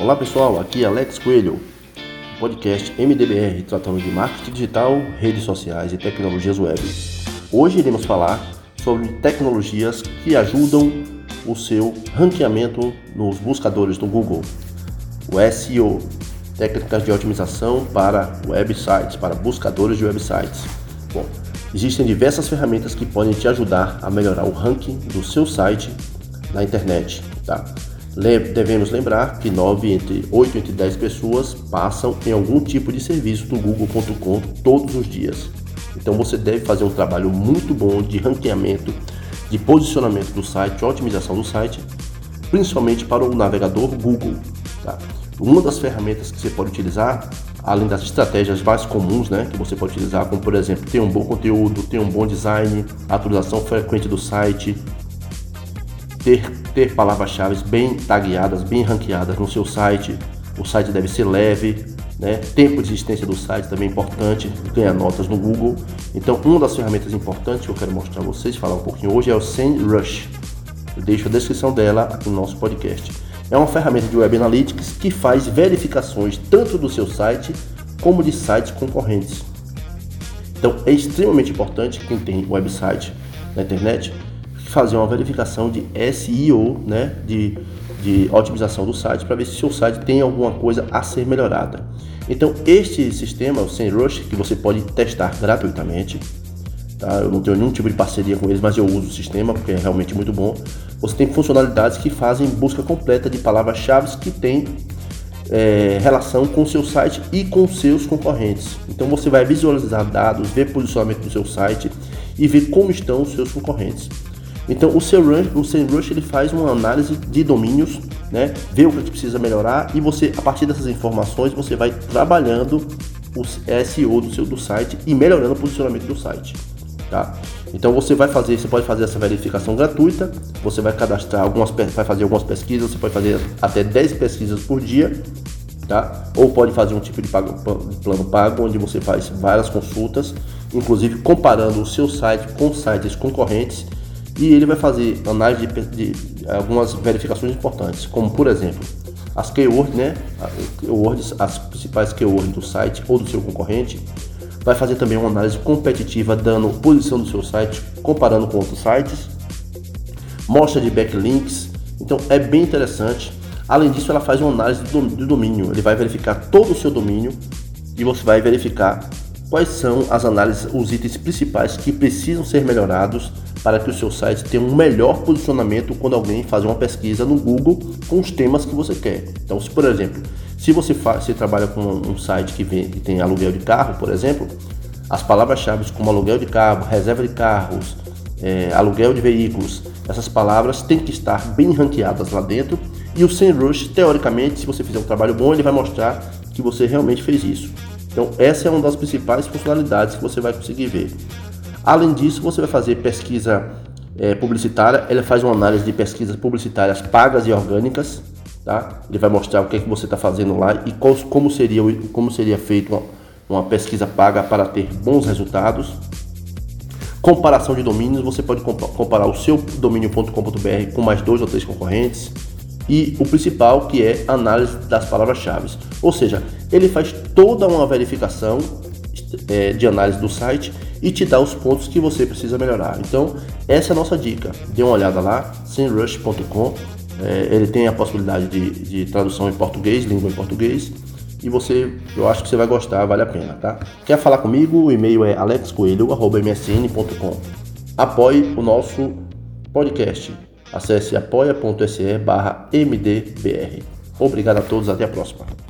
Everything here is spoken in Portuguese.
Olá pessoal, aqui é Alex Coelho, podcast MDBR, tratando de marketing digital, redes sociais e tecnologias web. Hoje iremos falar sobre tecnologias que ajudam o seu ranqueamento nos buscadores do Google, o SEO, técnicas de otimização para websites, para buscadores de websites. Bom, existem diversas ferramentas que podem te ajudar a melhorar o ranking do seu site na internet, tá? Devemos lembrar que 8 entre 10 pessoas passam em algum tipo de serviço no google.com todos os dias. Então você deve fazer um trabalho muito bom de ranqueamento, de posicionamento do site, otimização do site, principalmente para o navegador Google, tá? Uma das ferramentas que você pode utilizar, além das estratégias mais comuns, que você pode utilizar, como por exemplo, ter um bom conteúdo, ter um bom design, atualização frequente do site, ter palavras-chave bem tagueadas, bem ranqueadas no seu site. O site deve ser leve, tempo de existência do site também é importante, ganhar notas no Google. Então, uma das ferramentas importantes que eu quero mostrar a vocês, falar um pouquinho hoje, é o SEMrush. Eu deixo a descrição dela aqui no nosso podcast. É uma ferramenta de Web Analytics que faz verificações tanto do seu site como de sites concorrentes. Então, é extremamente importante quem tem website na internet fazer uma verificação de SEO, de otimização do site, para ver se o seu site tem alguma coisa a ser melhorada. Então, este sistema, o SEMrush, que você pode testar gratuitamente, tá? Eu não tenho nenhum tipo de parceria com eles, mas eu uso o sistema porque é realmente muito bom. Você tem funcionalidades que fazem busca completa de palavras-chave que tem relação com o seu site e com os seus concorrentes. Então você vai visualizar dados, ver posicionamento do seu site e ver como estão os seus concorrentes. Então o SEMrush ele faz uma análise de domínios, vê o que precisa melhorar, e você, a partir dessas informações, você vai trabalhando o SEO do site e melhorando o posicionamento do site, tá? Então você pode fazer essa verificação gratuita, você vai cadastrar vai fazer algumas pesquisas, você pode fazer até 10 pesquisas por dia, tá? Ou pode fazer um tipo de plano pago, onde você faz várias consultas, inclusive comparando o seu site com sites concorrentes. E ele vai fazer análise de algumas verificações importantes, como por exemplo, as keywords, as principais keywords do site ou do seu concorrente. Vai fazer também uma análise competitiva, dando posição do seu site, comparando com outros sites. Mostra de backlinks, então é bem interessante. Além disso, ela faz uma análise do domínio, ele vai verificar todo o seu domínio e você vai verificar quais são os itens principais que precisam ser melhorados para que o seu site tenha um melhor posicionamento quando alguém faz uma pesquisa no Google com os temas que você quer. Então, se por exemplo, se você trabalha com um site que tem aluguel de carro, por exemplo, as palavras-chave como aluguel de carro, reserva de carros, aluguel de veículos, essas palavras têm que estar bem ranqueadas lá dentro, e o SEMrush, teoricamente, se você fizer um trabalho bom, ele vai mostrar que você realmente fez isso. Então, essa é uma das principais funcionalidades que você vai conseguir ver. Além disso, você vai fazer pesquisa publicitária. Ele faz uma análise de pesquisas publicitárias pagas e orgânicas, tá? Ele vai mostrar o que você está fazendo lá e como seria feito uma pesquisa paga para ter bons resultados. Comparação de domínios, você pode comparar o seu domínio.com.br com mais 2 ou 3 concorrentes. E o principal, que é a análise das palavras-chave. Ou seja, ele faz toda uma verificação de análise do site e te dá os pontos que você precisa melhorar. Então, essa é a nossa dica. Dê uma olhada lá, semrush.com. Ele tem a possibilidade de tradução em português, língua em português. E eu acho que você vai gostar, vale a pena, tá? Quer falar comigo? O e-mail é alexcoelho@msn.com. Apoie o nosso podcast. Acesse apoia.se/mdbr. Obrigado a todos, até a próxima.